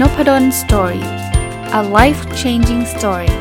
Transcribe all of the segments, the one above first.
Noppadan Story. A life-changing story.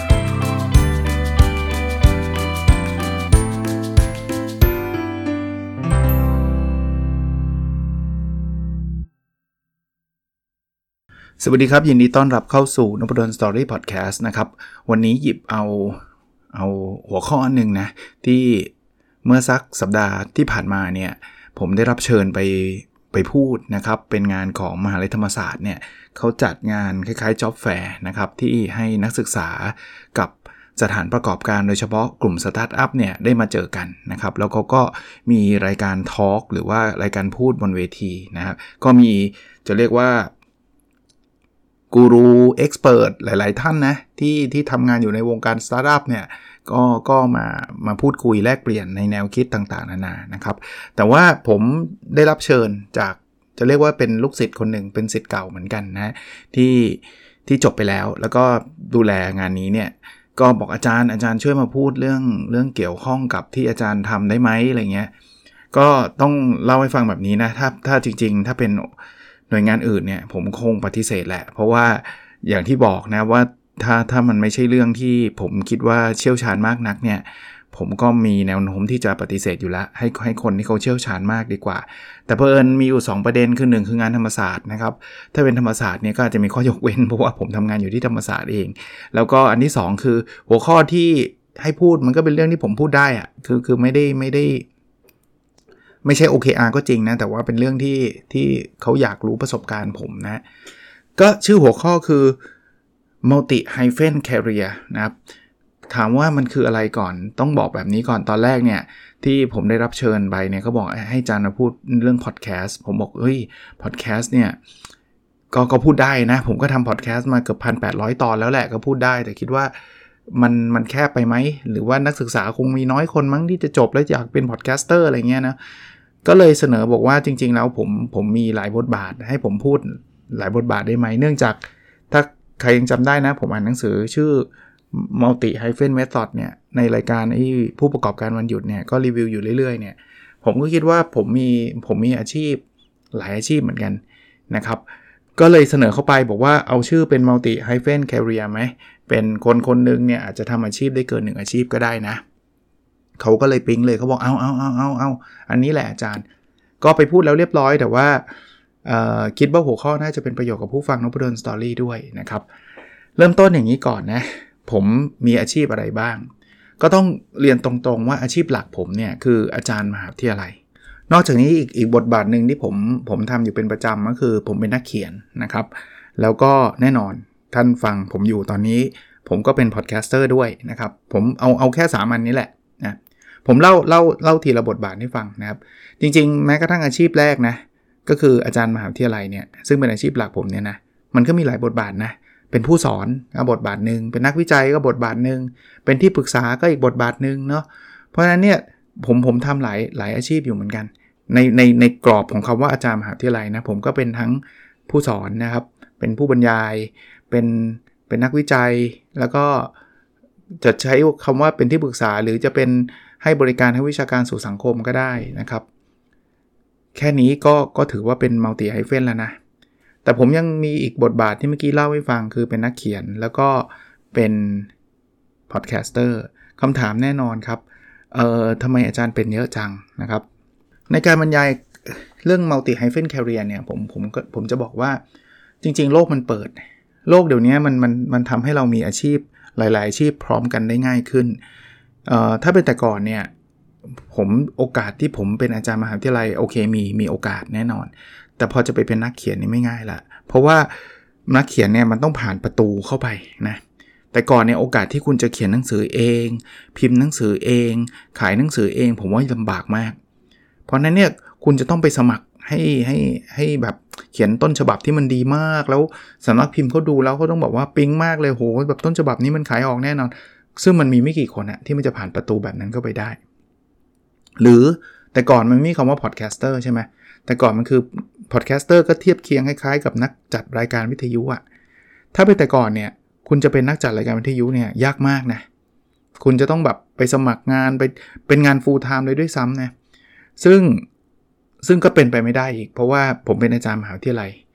สวัสดีครับยินดีต้อนรับเข้าสู่ Noppadan Story Podcast นะครับวันนี้หยิบเอาหัวข้ออันนึงนะที่เมื่อสักสัปดาห์ที่ผ่านมาเนี่ยผมได้รับเชิญไปพูดนะครับเป็นงานของมหาวิทยาลัยธรรมศาสตร์เนี่ยเขาจัดงานคล้ายๆ Job Fair นะครับที่ให้นักศึกษากับสถานประกอบการโดยเฉพาะกลุ่มสตาร์ทอัพเนี่ยได้มาเจอกันนะครับแล้วเขาก็มีรายการทอล์กหรือว่ารายการพูดบนเวทีนะครับก็มีจะเรียกว่ากูรูเอ็กซ์เพิร์ทหลายๆท่านนะที่ทำงานอยู่ในวงการสตาร์ทอัพเนี่ยก็มาพูดคุยแลกเปลี่ยนในแนวคิดต่างๆนานานะครับแต่ว่าผมได้รับเชิญจากจะเรียกว่าเป็นลูกศิษย์คนหนึ่งเป็นศิษย์เก่าเหมือนกันนะที่จบไปแล้วก็ดูแลงานนี้เนี่ยก็บอกอาจารย์ช่วยมาพูดเรื่องเกี่ยวข้องกับที่อาจารย์ทำได้ไหมอะไรเงี้ยก็ต้องเล่าให้ฟังแบบนี้นะถ้าจริงๆถ้าเป็นหน่วยงานอื่นเนี่ยผมคงปฏิเสธแหละเพราะว่าอย่างที่บอกนะว่าถ้ามันไม่ใช่เรื่องที่ผมคิดว่าเชี่ยวชาญมากนักเนี่ยผมก็มีแนวโน้มที่จะปฏิเสธอยู่แล้วให้คนที่เขาเชี่ยวชาญมากดีกว่าแต่เผอิญมีอยู่2ประเด็นคือ1คืองานธรรมศาสตร์นะครับถ้าเป็นธรรมศาสตร์เนี่ยก็อาจจะมีข้อยกเว้นเพราะว่าผมทำงานอยู่ที่ธรรมศาสตร์เองแล้วก็อันที่2คือหัวข้อที่ให้พูดมันก็เป็นเรื่องที่ผมพูดได้อะคือไม่ใช่ OKR ก็จริงนะแต่ว่าเป็นเรื่องที่เขาอยากรู้ประสบการณ์ผมนะก็ชื่อหัวข้อคือ multi-career นะครับถามว่ามันคืออะไรก่อนต้องบอกแบบนี้ก่อนตอนแรกเนี่ยที่ผมได้รับเชิญไปเนี่ยเขาบอกให้อาจารย์มาพูดเรื่องพอดแคสต์ผมบอกพอดแคสต์เนี่ยก็พูดได้นะผมก็ทำพอดแคสต์มาเกือบ 1,800 ตอนแล้วแหละก็พูดได้แต่คิดว่ามันแคบไปไหมหรือว่านักศึกษาคงมีน้อยคนมั้งที่จะจบแล้วอยากเป็นพอดแคสเตอร์อะไรเงี้ยนะก็เลยเสนอบอกว่าจริงๆแล้วผมมีหลายบทบาทให้ผมพูดหลายบทบาทได้ไหมเนื่องจากถ้าใครยังจำได้นะผมอ่านหนังสือชื่อ multi-method เนี่ยในรายการผู้ประกอบการวันหยุดเนี่ยก็รีวิวอยู่เรื่อยๆเนี่ยผมก็คิดว่าผมมีอาชีพหลายอาชีพเหมือนกันนะครับก็เลยเสนอเข้าไปบอกว่าเอาชื่อเป็น multi-career ไหมเป็นคนนึงเนี่ยอาจจะทำอาชีพได้เกิน1อาชีพก็ได้นะเขาก็เลยปิ๊งเลยเขาบอกเอาอันนี้แหละอาจารย์ก็ไปพูดแล้วเรียบร้อยแต่ว่าคิดว่าหัวข้อน่าจะเป็นประโยชน์กับผู้ฟัง Noppadan Story ด้วยนะครับเริ่มต้นอย่างนี้ก่อนนะผมมีอาชีพอะไรบ้างก็ต้องเรียนตรงๆว่าอาชีพหลักผมเนี่ยคืออาจารย์มหาวิทยาลัยนอกจากนี้อีกบทบาทนึงที่ผมทำอยู่เป็นประจำก็คือผมเป็นนักเขียนนะครับแล้วก็แน่นอนท่านฟังผมอยู่ตอนนี้ผมก็เป็นพอดแคสเตอร์ด้วยนะครับผมเอาแค่3อันนี้แหละนะผมเล่าทีละบทบาทให้ฟังนะครับจริงๆแม้กระทั่งอาชีพแรกนะก็คืออาจารย์มหาวิทยาลัยเนี่ยซึ่งเป็นอาชีพหลักผมเนี่ยนะมันก็มีหลายบทบาทนะเป็นผู้สอนก็บทบาทนึงเป็นนักวิจัยก็บทบาทนึงเป็นที่ปรึกษาก็อีกบทบาทนึงเนาะเพราะฉะนั้นเนี่ยผมทำหลายอาชีพอยู่เหมือนกันในกรอบของคำว่าอาจารย์มหาวิทยาลัยนะผมก็เป็นทั้งผู้สอนนะครับเป็นผู้บรรยายเป็นนักวิจัยแล้วก็จะใช้คำว่าเป็นที่ปรึกษาหรือจะเป็นให้บริการทางวิชาการสู่สังคมก็ได้นะครับแค่นี้ก็ถือว่าเป็นมัลติไฮเฟนแล้วนะแต่ผมยังมีอีกบทบาทที่เมื่อกี้เล่าให้ฟังคือเป็นนักเขียนแล้วก็เป็นพอดแคสเตอร์คำถามแน่นอนครับทำไมอาจารย์เป็นเยอะจังนะครับในการบรรยายเรื่อง multi-career เนี่ยผมจะบอกว่าจริงๆโลกมันเปิดโลกเดี๋ยวนี้มันทำให้เรามีอาชีพหลายๆอาชีพพร้อมกันได้ง่ายขึ้นถ้าเป็นแต่ก่อนเนี่ยโอกาสที่ผมเป็นอาจารย์มหาวิทยาลัยโอเคมีโอกาสแน่นอนแต่พอจะไปเป็นนักเขียนนี่ไม่ง่ายละเพราะว่านักเขียนเนี่ยมันต้องผ่านประตูเข้าไปนะแต่ก่อนเนี่ยโอกาสที่คุณจะเขียนหนังสือเองพิมพ์หนังสือเองขายหนังสือเองผมว่าลำบากมากเพราะนั้นเนี่ยคุณจะต้องไปสมัครให้แบบเขียนต้นฉบับที่มันดีมากแล้วสำนักพิมพ์เขาดูแล้วเขาต้องบอกว่าปิ๊งมากเลยโหแบบต้นฉบับนี้มันขายออกแน่นอนซึ่งมันมีไม่กี่คนอะที่มันจะผ่านประตูแบบนั้นเข้าไปได้หรือแต่ก่อนมันไม่มีคำว่าพอดแคสเตอร์ใช่ไหมแต่ก่อนมันคือพอดแคสเตอร์ก็เทียบเคียงคล้ายๆกับนักจัดรายการวิทยุอะถ้าเป็นแต่ก่อนเนี่ยคุณจะเป็นนักจัดรายการวิทยุเนี่ยยากมากนะคุณจะต้องแบบไปสมัครงานไปเป็นงาน full time เลยด้วยซ้ำนะซึ่งก็เป็นไปไม่ได้อีกเพราะว่าผมเป็นอาจารย์มหาวิทยาลัย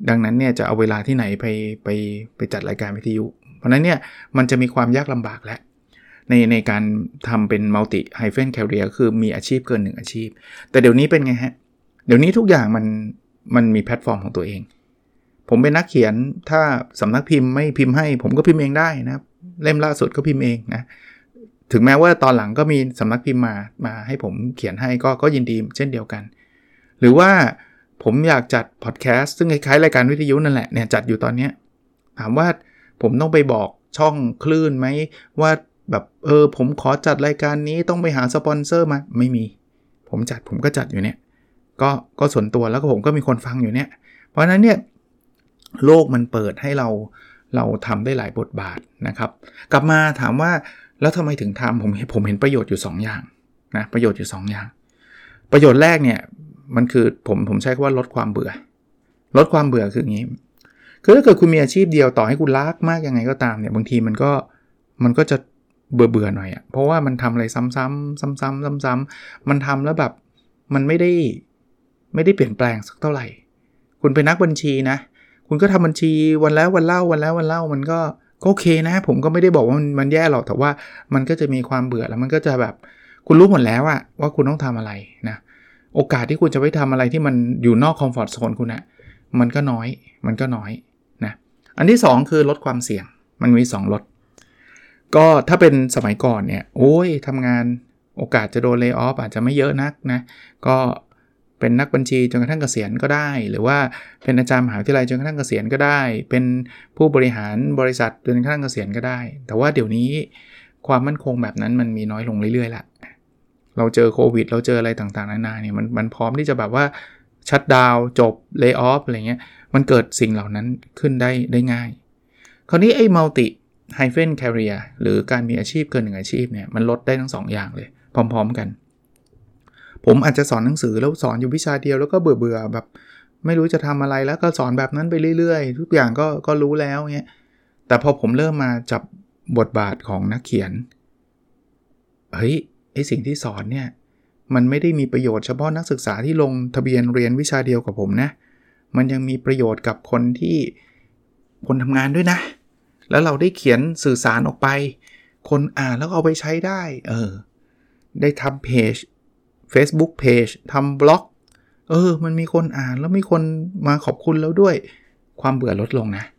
ดังนั้นเนี่ยจะเอาเวลาที่ไหนไปจัดรายการวิทยุเพราะนั้นเนี่ยมันจะมีความยากลำบากแล้วในการทำเป็น multi hyphen career คือมีอาชีพเกิน1อาชีพแต่เดี๋ยวนี้เป็นไงฮะเดี๋ยวนี้ทุกอย่างมันมีแพลตฟอร์มของตัวเองผมเป็นนักเขียนถ้าสำนักพิมพ์ไม่พิมพ์ให้ผมก็พิมพ์เองได้นะเล่มล่าสุดก็พิมพ์เองนะถึงแม้ว่าตอนหลังก็มีสำนักพิมพ์มาให้ผมเขียนให้ก็ยินดีเช่นเดียวกันหรือว่าผมอยากจัดพอดแคสต์ซึ่งคล้ายๆรายการวิทยุนั่นแหละเนี่ยจัดอยู่ตอนนี้ถามว่าผมต้องไปบอกช่องคลื่นไหมว่าแบบผมขอจัดรายการนี้ต้องไปหาสปอนเซอร์มาไม่มีผมก็จัดอยู่เนี่ยก็ส่วนตัวแล้วก็ผมก็มีคนฟังอยู่เนี่ยเพราะฉะนั้นเนี่ยโลกมันเปิดให้เราทำได้หลายบทบาทนะครับกลับมาถามว่าแล้วทำไมถึงทำผมเห็นประโยชน์อยู่2อย่างนะประโยชน์อยู่2อย่างประโยชน์แรกเนี่ยมันคือผมใช้คำว่าลดความเบื่อคืออย่างนี้คือถ้าเกิดคุณมีอาชีพเดียวต่อให้คุณรักมากยังไงก็ตามเนี่ยบางทีมันก็จะเบื่อหน่อยอ่ะเพราะว่ามันทำอะไรซ้ำๆมันทำแล้วแบบมันไม่ได้เปลี่ยนแปลงสักเท่าไหร่คุณเป็นนักบัญชีนะคุณก็ทำบัญชีวันแล้ววันเล่ามันก็โอเคนะผมก็ไม่ได้บอกว่ามันแย่หรอกแต่ว่ามันก็จะมีความเบื่อแล้วมันก็จะแบบคุณรู้หมดแล้วอะว่าคุณต้องทำอะไรนะโอกาสที่คุณจะไปทำอะไรที่มันอยู่นอกคอมฟอร์ตโซนคุณอะมันก็น้อยนะอันที่2คือลดความเสี่ยงมันมี2ลดก็ถ้าเป็นสมัยก่อนเนี่ยโอ้ยทำงานโอกาสจะโดนเลย์ออฟอาจจะไม่เยอะนักนะก็เป็นนักบัญชีจนกระทั่งเกษียณก็ได้หรือว่าเป็นอาจารย์มหาวิทยาลัยจนกระทั่งเกษียณก็ได้เป็นผู้บริหารบริษัทจนกระทั่งเกษียณก็ได้แต่ว่าเดี๋ยวนี้ความมั่นคงแบบนั้นมันมีน้อยลงเรื่อยๆละเราเจอโควิดเราเจออะไรต่างๆนานาเนี่ยมันพร้อมที่จะแบบว่าชัตดาวน์จบเลย์ออฟอะไรเงี้ยมันเกิดสิ่งเหล่านั้นขึ้นได้ง่ายคราวนี้ไอ้ multi hyphen career หรือการมีอาชีพเกิน1อาชีพเนี่ยมันลดได้ทั้ง2อย่างเลยพร้อมๆกันผมอาจจะสอนหนังสือแล้วสอนอยู่วิชาเดียวแล้วก็เบื่อแบบไม่รู้จะทำอะไรแล้วก็สอนแบบนั้นไปเรื่อยๆทุกอย่างก็รู้แล้วเงี้ยแต่พอผมเริ่มมาจับบทบาทของนักเขียนเฮ้ยไอสิ่งที่สอนเนี่ยมันไม่ได้มีประโยชน์เฉพาะนักศึกษาที่ลงทะเบียนเรียนวิชาเดียวกับผมนะมันยังมีประโยชน์กับคนทำงานด้วยนะแล้วเราได้เขียนสื่อสารออกไปคนอ่านแล้วเอาไปใช้ได้ได้ทำเพจFacebook Page ทำบล็อกมันมีคนอ่านแล้วมีคนมาขอบคุณแล้วด้วยความเบื่อลดลงนะ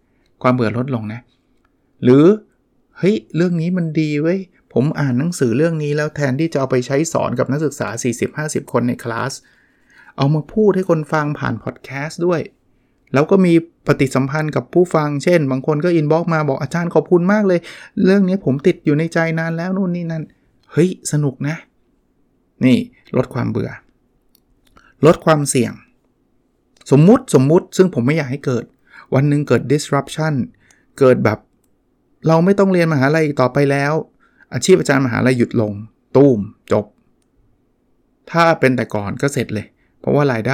หรือเฮ้ยเรื่องนี้มันดีเว้ยผมอ่านหนังสือเรื่องนี้แล้วแทนที่จะเอาไปใช้สอนกับนักศึกษา 40-50 คนในคลาสเอามาพูดให้คนฟังผ่านพอดแคสต์ด้วยแล้วก็มีปฏิสัมพันธ์กับผู้ฟังเช่นบางคนก็อินบ็อกซ์มาบอกอาจารย์ขอบคุณมากเลยเรื่องนี้ผมติดอยู่ในใจนานแล้วนู่นนี่นั่นเฮ้ยสนุกนะนี่ลดความเบื่อลดความเสี่ยงสมมุติซึ่งผมไม่อยากให้เกิดวันนึงเกิด disruption เกิดแบบเราไม่ต้องเรียนมหาลัยต่อไปแล้วอาชีพอาจารย์มหาลัยหยุดลงตูมจบถ้าเป็นแต่ก่อนก็เสร็จเลยเพราะว่ารายได้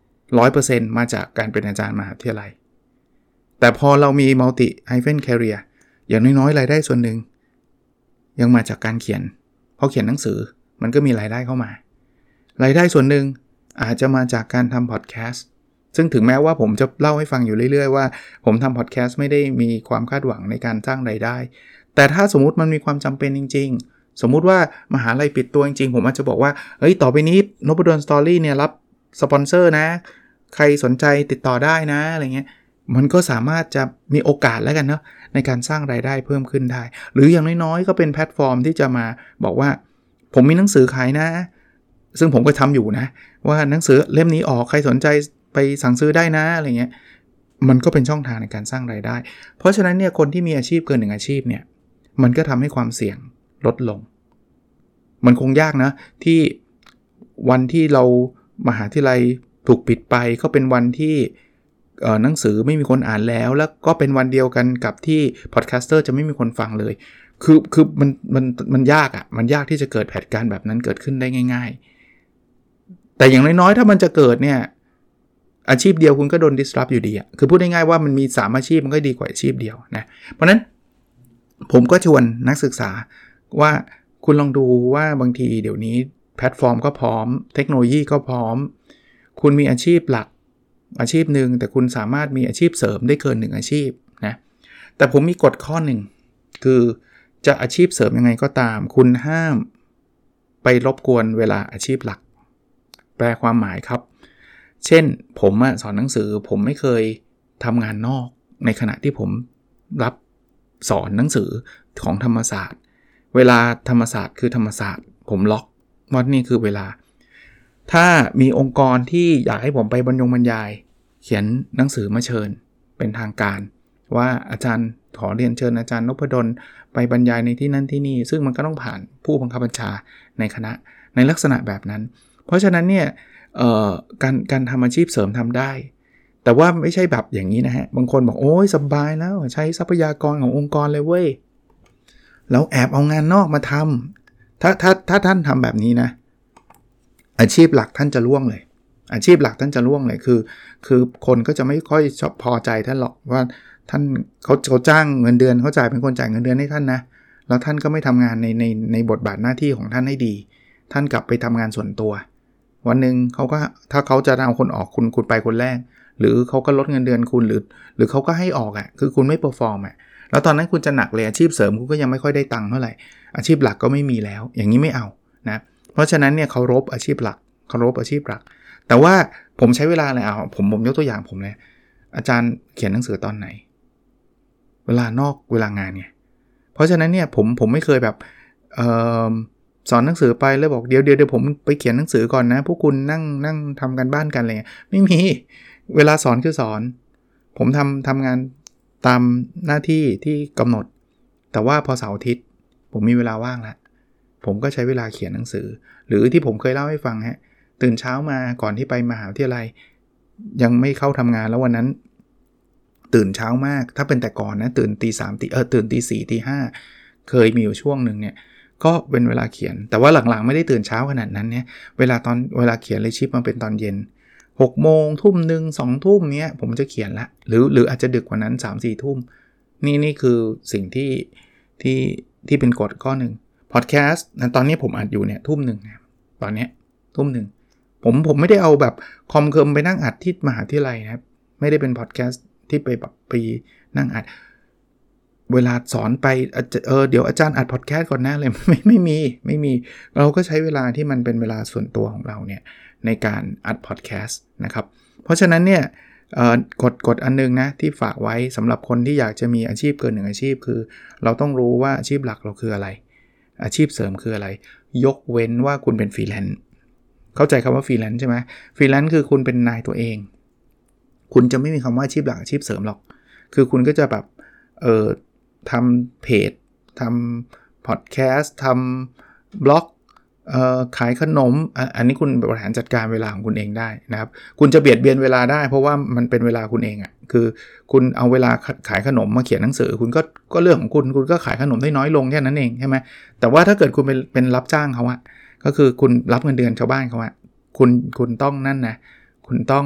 100% มาจากการเป็นอาจารย์มหาวิทยาลัยแต่พอเรามี multi hyphen career อย่างน้อยๆรายได้ส่วนหนึ่งยังมาจากการเขียนพอเขียนหนังสือมันก็มีรายได้เข้ามารายได้ส่วนหนึ่งอาจจะมาจากการทำพอดแคสต์ซึ่งถึงแม้ว่าผมจะเล่าให้ฟังอยู่เรื่อยๆว่าผมทำพอดแคสต์ไม่ได้มีความคาดหวังในการสร้างรายได้แต่ถ้าสมมุติมันมีความจำเป็นจริงๆสมมุติว่ามหาลัยปิดตัวจริงๆผมอาจจะบอกว่าเฮ้ยต่อไปนี้นพดลสตอรี่เนี่ยรับสปอนเซอร์นะใครสนใจติดต่อได้นะอะไรเงี้ยมันก็สามารถจะมีโอกาสแล้วกันเนาะในการสร้างรายได้เพิ่มขึ้นได้หรืออย่างน้อยๆก็เป็นแพลตฟอร์มที่จะมาบอกว่าผมมีหนังสือขายนะซึ่งผมก็ทำอยู่นะว่าหนังสือเล่มนี้ออกใครสนใจไปสั่งซื้อได้นะอะไรเงี้ยมันก็เป็นช่องทางในการสร้างรายได้เพราะฉะนั้นเนี่ยคนที่มีอาชีพเกิน1อาชีพเนี่ยมันก็ทำให้ความเสี่ยงลดลงมันคงยากนะที่วันที่เรามหาวิทยาลัยถูกปิดไปก็เป็นวันที่หนังสือไม่มีคนอ่านแล้วก็เป็นวันเดียวกันกับที่พอดแคสเตอร์จะไม่มีคนฟังเลยคือมันยากมันยากที่จะเกิดแผนการแบบนั้นเกิดขึ้นได้ง่ายๆแต่อย่างน้อยๆถ้ามันจะเกิดเนี่ยอาชีพเดียวคุณก็โดน disrupt อยู่ดีคือพูดง่ายๆว่ามันมี3อาชีพมันก็ดีกว่าอาชีพเดียวนะเพราะนั้นผมก็ชวนนักศึกษาว่าคุณลองดูว่าบางทีเดี๋ยวนี้แพลตฟอร์มก็พร้อมเทคโนโลยีก็พร้อมคุณมีอาชีพหลักอาชีพหนึ่งแต่คุณสามารถมีอาชีพเสริมได้เกิน1อาชีพนะแต่ผมมีกฎข้อหนึ่งคือจะอาชีพเสริมยังไงก็ตามคุณห้ามไปรบกวนเวลาอาชีพหลักแปลความหมายครับเช่นผมสอนหนังสือผมไม่เคยทำงานนอกในขณะที่ผมรับสอนหนังสือของธรรมศาสตร์เวลาธรรมศาสตร์คือธรรมศาสตร์ผมล็อกว่านี่คือเวลาถ้ามีองค์กรที่อยากให้ผมไปบรรยายเขียนหนังสือมาเชิญเป็นทางการว่าอาจารย์ขอเรียนเชิญอาจารย์นพดลไปบรรยายในที่นั่นที่นี่ซึ่งมันก็ต้องผ่านผู้บังคับบัญชาในคณะในลักษณะแบบนั้นเพราะฉะนั้นเนี่ยการทำอาชีพเสริมทำได้แต่ว่าไม่ใช่แบบอย่างนี้นะฮะบางคนบอกโอ้ยสบายแล้วใช้ทรัพยากรขององค์กรเลยเว้ยแล้วแอบเอางานนอกมาทำถ้าท่านทำแบบนี้นะอาชีพหลักท่านจะล่วงเลยอาชีพหลักท่านจะล่วงเลยคือคนก็จะไม่ค่อยชอบพอใจท่านหรอกว่าท่านเขาจ้างเงินเดือนเขาจ่ายเป็นคนจ่ายเงินเดือนให้ท่านนะแล้วท่านก็ไม่ทำงานในบทบาทหน้าที่ของท่านให้ดีท่านกลับไปทำงานส่วนตัววันนึงเขาก็ถ้าเขาจะเอาคนออกคุณไปคนแรกหรือเขาก็ลดเงินเดือนคุณหรือเขาก็ให้ออกคือคุณไม่เปอร์ฟอร์มแล้วตอนนั้นคุณจะหนักเลยอาชีพเสริมคุณก็ยังไม่ค่อยได้ตังค์เท่าไหร่อาชีพหลักก็ไม่มีแล้วอย่างนี้ไม่เอานะเพราะฉะนั้นเนี่ยเคารพอาชีพหลักเคารพอาชีพหลักแต่ว่าผมใช้เวลาอะไรผมยกตัวอย่างผมเลยอาจารย์เขียนหนังสือตอนไหนเวลานอกเวลางานไงเพราะฉะนั้นเนี่ยผมไม่เคยแบบสอนหนังสือไปแล้วบอกเดี๋ยวผมไปเขียนหนังสือก่อนนะพวกคุณนั่งทำกันบ้านกันอะไรไม่มีเวลาสอนคือสอนผมทำงานตามหน้าที่ที่กำหนดแต่ว่าพอเสาร์อาทิตย์ผมมีเวลาว่างแล้วผมก็ใช้เวลาเขียนหนังสือหรือที่ผมเคยเล่าให้ฟังตื่นเช้ามาก่อนที่ไปมหาวิทยาลัยยังไม่เข้าทำงานแล้ววันนั้นตื่นเช้ามากถ้าเป็นแต่ก่อนนะตื่นตี 3ตื่นตี 4ตี 5เคยมีอยู่ช่วงนึงเนี่ยก็เป็นเวลาเขียนแต่ว่าหลังๆไม่ได้ตื่นเช้าขนาดนั้นเนี่ยเวลาเขียนเลยชิปมันเป็นตอนเย็น6 โมงทุ่มนึง2 ทุ่มเนี้ยผมจะเขียนละหรืออาจจะดึกกว่านั้น 3-4 ทุ่มนี่คือสิ่งที่เป็นกฎข้อหนึ่งพอดแคสต์ตอนนี้ผมอัดอยู่เนี่ยทุ่มนึงตอนนี้ทุ่มนึงผมไม่ได้เอาแบบคอมเคิมไปนั่งอัดที่มหาวิทยาลัยนะครับไม่ได้เป็นพอดแคสต์ที่ไปแบบไปนั่งอัดเวลาสอนไปเดี๋ยวอาจารย์อัดพอดแคสต์ก่อนนะเลยไม่มีเราก็ใช้เวลาที่มันเป็นเวลาส่วนตัวของเราเนี่ยในการอัดพอดแคสต์นะครับเพราะฉะนั้นเนี่ยกฎอันนึงนะที่ฝากไว้สำหรับคนที่อยากจะมีอาชีพเกิน1อาชีพคือเราต้องรู้ว่าอาชีพหลักเราคืออะไรอาชีพเสริมคืออะไรยกเว้นว่าคุณเป็นฟรีแลนซ์เข้าใจคำว่าฟรีแลนซ์ใช่ไหมฟรีแลนซ์คือคุณเป็นนายตัวเองคุณจะไม่มีคำว่าอาชีพหลักอาชีพเสริมหรอกคือคุณก็จะแบบทำเพจทำพอดแคสต์ทำบล็อกขายขนมอันนี้คุณบริหารจัดการเวลาของคุณเองได้นะครับคุณจะเบียดเบียนเวลาได้เพราะว่ามันเป็นเวลาคุณเองคือคุณเอาเวลาขายขนมมาเขียนหนังสือคุณก็เรื่องของคุณก็ขายขนมได้น้อยลงแค่นั้นเองใช่ไหมแต่ว่าถ้าเกิดคุณเป็นรับจ้างเขาก็คือคุณรับเงินเดือนชาวบ้านเขาคุณต้องนั่นนะคุณต้อง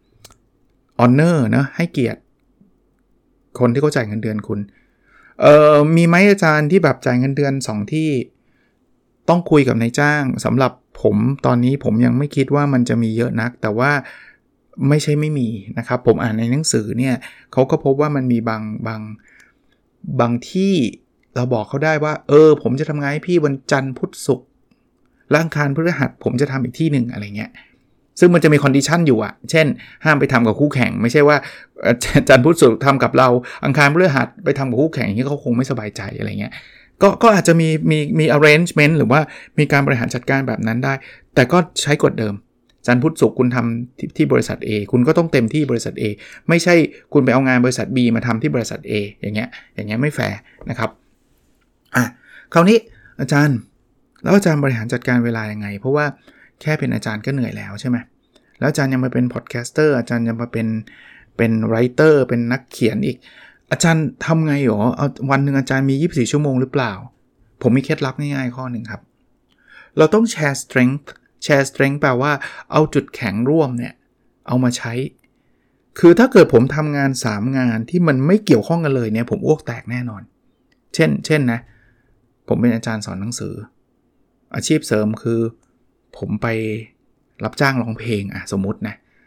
honor นะให้เกียรติคนที่เขาจ่ายเงินเดือนคุณมีไหมอาจารย์ที่แบบจ่ายเงินเดือน2ที่ต้องคุยกับนายจ้างสำหรับผมตอนนี้ผมยังไม่คิดว่ามันจะมีเยอะนักแต่ว่าไม่ใช่ไม่มีนะครับผมอ่านในหนังสือเนี่ยเขาก็พบว่ามันมีบางที่เราบอกเขาได้ว่าผมจะทำงานให้พี่วันจันทร์พุธศุกร์และอังคารพฤหัสผมจะทำอีกที่นึงอะไรเงี้ยซึ่งมันจะมีคอนดิชันอยู่เช่นห้ามไปทำกับคู่แข่งไม่ใช่ว่าจันทร์พุธศุกร์ทำกับเราอังคารพฤหัสไปทำกับคู่แข่งอย่างนี้เขาคงไม่สบายใจอะไรเงี้ยก็อาจจะมี arrangement หรือว่ามีการบริหารจัดการแบบนั้นได้แต่ก็ใช้กฎเดิมจันทร์พุธศุกร์คุณทำที่บริษัท A คุณก็ต้องเต็มที่บริษัท A ไม่ใช่คุณไปเอางานบริษัท B มาทำที่บริษัท A อย่างเงี้ยไม่แฟร์นะครับคราวนี้อาจารย์แล้วอาจารย์บริหารจัดการเวลายังไงเพราะว่าแค่เป็นอาจารย์ก็เหนื่อยแล้วใช่ไหมแล้วอาจารย์ยังมาเป็นพอดแคสเตอร์อาจารย์ยังมาเป็นไรเตอร์เป็นนักเขียนอีกอาจารย์ทำไงหรอวันหนึ่งอาจารย์มี24ชั่วโมงหรือเปล่าผมมีเคล็ดลับง่ายๆข้อหนึ่งครับเราต้องแชร์ strength แปลว่าเอาจุดแข็งร่วมเนี่ยเอามาใช้คือถ้าเกิดผมทำงาน3งานที่มันไม่เกี่ยวข้องกันเลยเนี่ยผมอ้วกแตกแน่นอนเช่นนะผมเป็นอาจารย์สอนหนังสืออาชีพเสริมคือผมไปรับจ้างร้องเพลงสมมุตินะ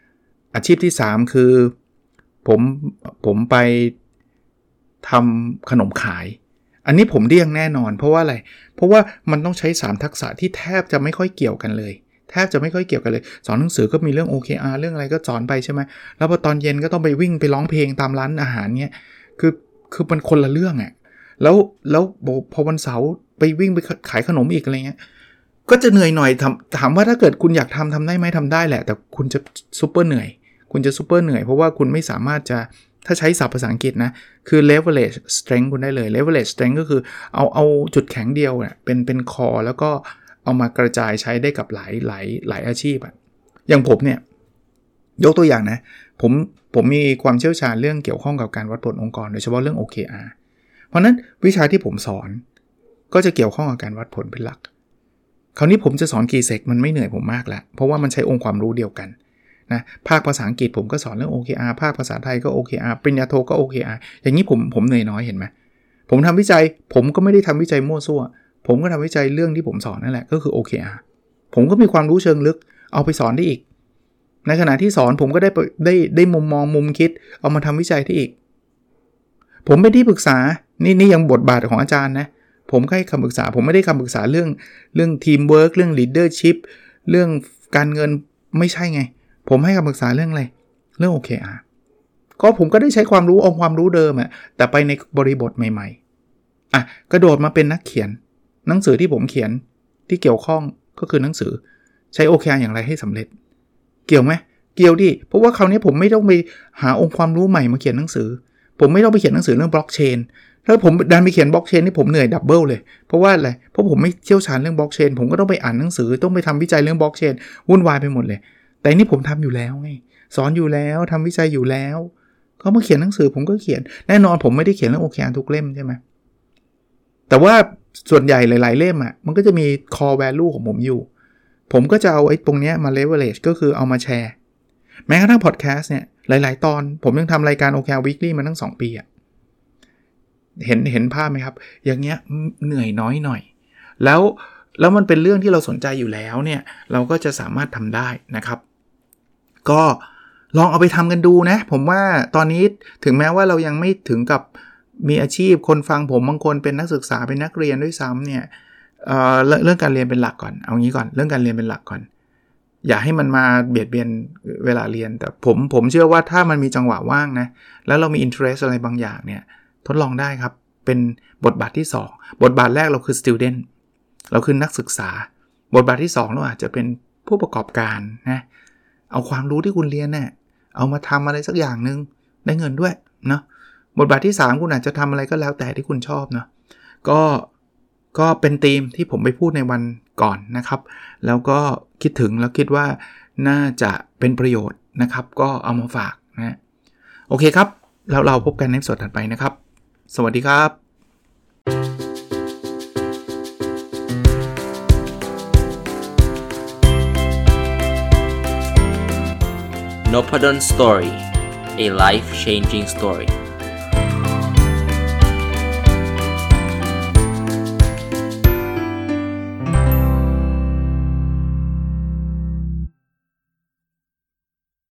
อาชีพที่3คือผมไปทำขนมขายอันนี้ผมเลี่ยงแน่นอนเพราะว่าอะไรเพราะว่ามันต้องใช้3ทักษะที่แทบจะไม่ค่อยเกี่ยวกันเลยสอนหนังสือก็มีเรื่อง OKR เรื่องอะไรก็สอนไปใช่ไหมแล้วพอตอนเย็นก็ต้องไปวิ่งไปร้องเพลงตามร้านอาหารเงี้ยคือมันคนละเรื่องอ่ะแล้วพอวันเสาร์ไปวิ่งไปขายขนมอีกอะไรเงี้ยก็จะเหนื่อยหน่อยถามว่าถ้าเกิดคุณอยากทำได้ไหมทำได้แหละแต่คุณจะซูเปอร์เหนื่อยเพราะว่าคุณไม่สามารถจะถ้าใช้ศัพท์ภาษาอังกฤษนะคือ leverage strength คุณได้เลย leverage strength ก็คือเอาจุดแข็งเดียวเนี่ยเป็น core แล้วก็เอามากระจายใช้ได้กับหลายอาชีพอ่ะอย่างผมเนี่ยยกตัวอย่างนะผมมีความเชี่ยวชาญเรื่องเกี่ยวข้องกับการวัดผลองค์กรโดยเฉพาะเรื่อง OKR เพราะนั้นวิชาที่ผมสอนก็จะเกี่ยวข้องกับการวัดผลเป็นหลักคราวนี้ผมจะสอนกี่เซกมันไม่เหนื่อยผมมากแล้วเพราะว่ามันใช้องค์ความรู้เดียวกันนะภาคภาษาอังกฤษผมก็สอนเรื่อง OKR ภาคภาษาไทยก็ OKR ปริญญาโทก็ OKR อย่างนี้ผมเหนื่อยน้อยเห็นไหมผมทำวิจัยผมก็ไม่ได้ทำวิจัยมั่วซั่วผมก็ทำวิจัยเรื่องที่ผมสอนนั่นแหละก็คือ OKR ผมก็มีความรู้เชิงลึกเอาไปสอนได้อีกในขณะที่สอนผมก็ได้มุมมองมุมคิดเอามาทำวิจัยได้อีกผมเป็นที่ปรึกษานี่ยังบทบาทของอาจารย์นะผมให้คำปรึกษาผมไม่ได้คำปรึกษาเรื่องทีมเวิร์คเรื่อง leadership เรื่องการเงินไม่ใช่ไงผมให้คำปรึกษาเรื่องอะไรเรื่อง OKR ก็ผมก็ได้ใช้ความรู้องค์ความรู้เดิมอะแต่ไปในบริบทใหม่ๆอ่ะกระโดดมาเป็นนักเขียนหนังสือที่ผมเขียนที่เกี่ยวข้องก็คือหนังสือใช้ OKR อย่างไรให้สำเร็จเกี่ยวไหมเกี่ยวดิเพราะว่าคราวนี้ผมไม่ต้องไปหาองค์ความรู้ใหม่มาเขียนหนังสือผมไม่ต้องไปเขียนหนังสือเรื่องบล็อกเชนถ้าผมดันไปเขียนบล็อกเชนนี่ผมเหนื่อยดับเบิลเลยเพราะว่าอะไรเพราะผมไม่เชี่ยวชาญเรื่องบล็อกเชนผมก็ต้องไปอ่านหนังสือต้องไปทำวิจัยเรื่องบล็อกเชนวุ่นวายไปหมดเลยแต่นี่ผมทำอยู่แล้วไงสอนอยู่แล้วทำวิจัยอยู่แล้วเขามาเขียนหนังสือผมก็เขียนแน่นอนผมไม่ได้เขียนเรื่อง OKR ทุกเล่มใช่ไหมแต่ว่าส่วนใหญ่หลายๆเล่มอ่ะมันก็จะมี core value ของผมอยู่ผมก็จะเอาไอ้ตรงเนี้ยมา leverage ก็คือเอามาแชร์แม้กระทั่ง podcast เนี่ยหลายๆตอนผมยังทำรายการ OKR Weekly มาตั้ง2 ปีอ่ะเห็นภาพไหมครับอย่างเงี้ยเหนื่อยน้อยหน่อยแล้วมันเป็นเรื่องที่เราสนใจอยู่แล้วเนี่ยเราก็จะสามารถทำได้นะครับก็ลองเอาไปทำกันดูนะผมว่าตอนนี้ถึงแม้ว่าเรายังไม่ถึงกับมีอาชีพคนฟังผมบางคนเป็นนักศึกษาเป็นนักเรียนด้วยซ้ำเนี่ยเรื่องการเรียนเป็นหลักก่อนเอางี้ก่อนเรื่องการเรียนเป็นหลักก่อนอย่าให้มันมาเบียดเบียนเวลาเรียนแต่ผมเชื่อว่าถ้ามันมีจังหวะว่างนะแล้วเรามี interest อะไรบางอย่างเนี่ยทดลองได้ครับเป็นบทบาทที่2บทบาทแรกเราคือ student เราคือนักศึกษาบทบาทที่2เราอาจจะเป็นผู้ประกอบการนะเอาความรู้ที่คุณเรียนเนี่ยเอามาทำอะไรสักอย่างนึงได้เงินด้วยเนาะบทบาทที่3คุณอาจจะทำอะไรก็แล้วแต่ที่คุณชอบเนาะก็เป็นธีมที่ผมไปพูดในวันก่อนนะครับแล้วก็คิดถึงแล้วคิดว่าน่าจะเป็นประโยชน์นะครับก็เอามาฝากนะโอเคครับแล้วเราพบกันในสดถัดไปนะครับสวัสดีครับ Nopadon Story, a life-changing story.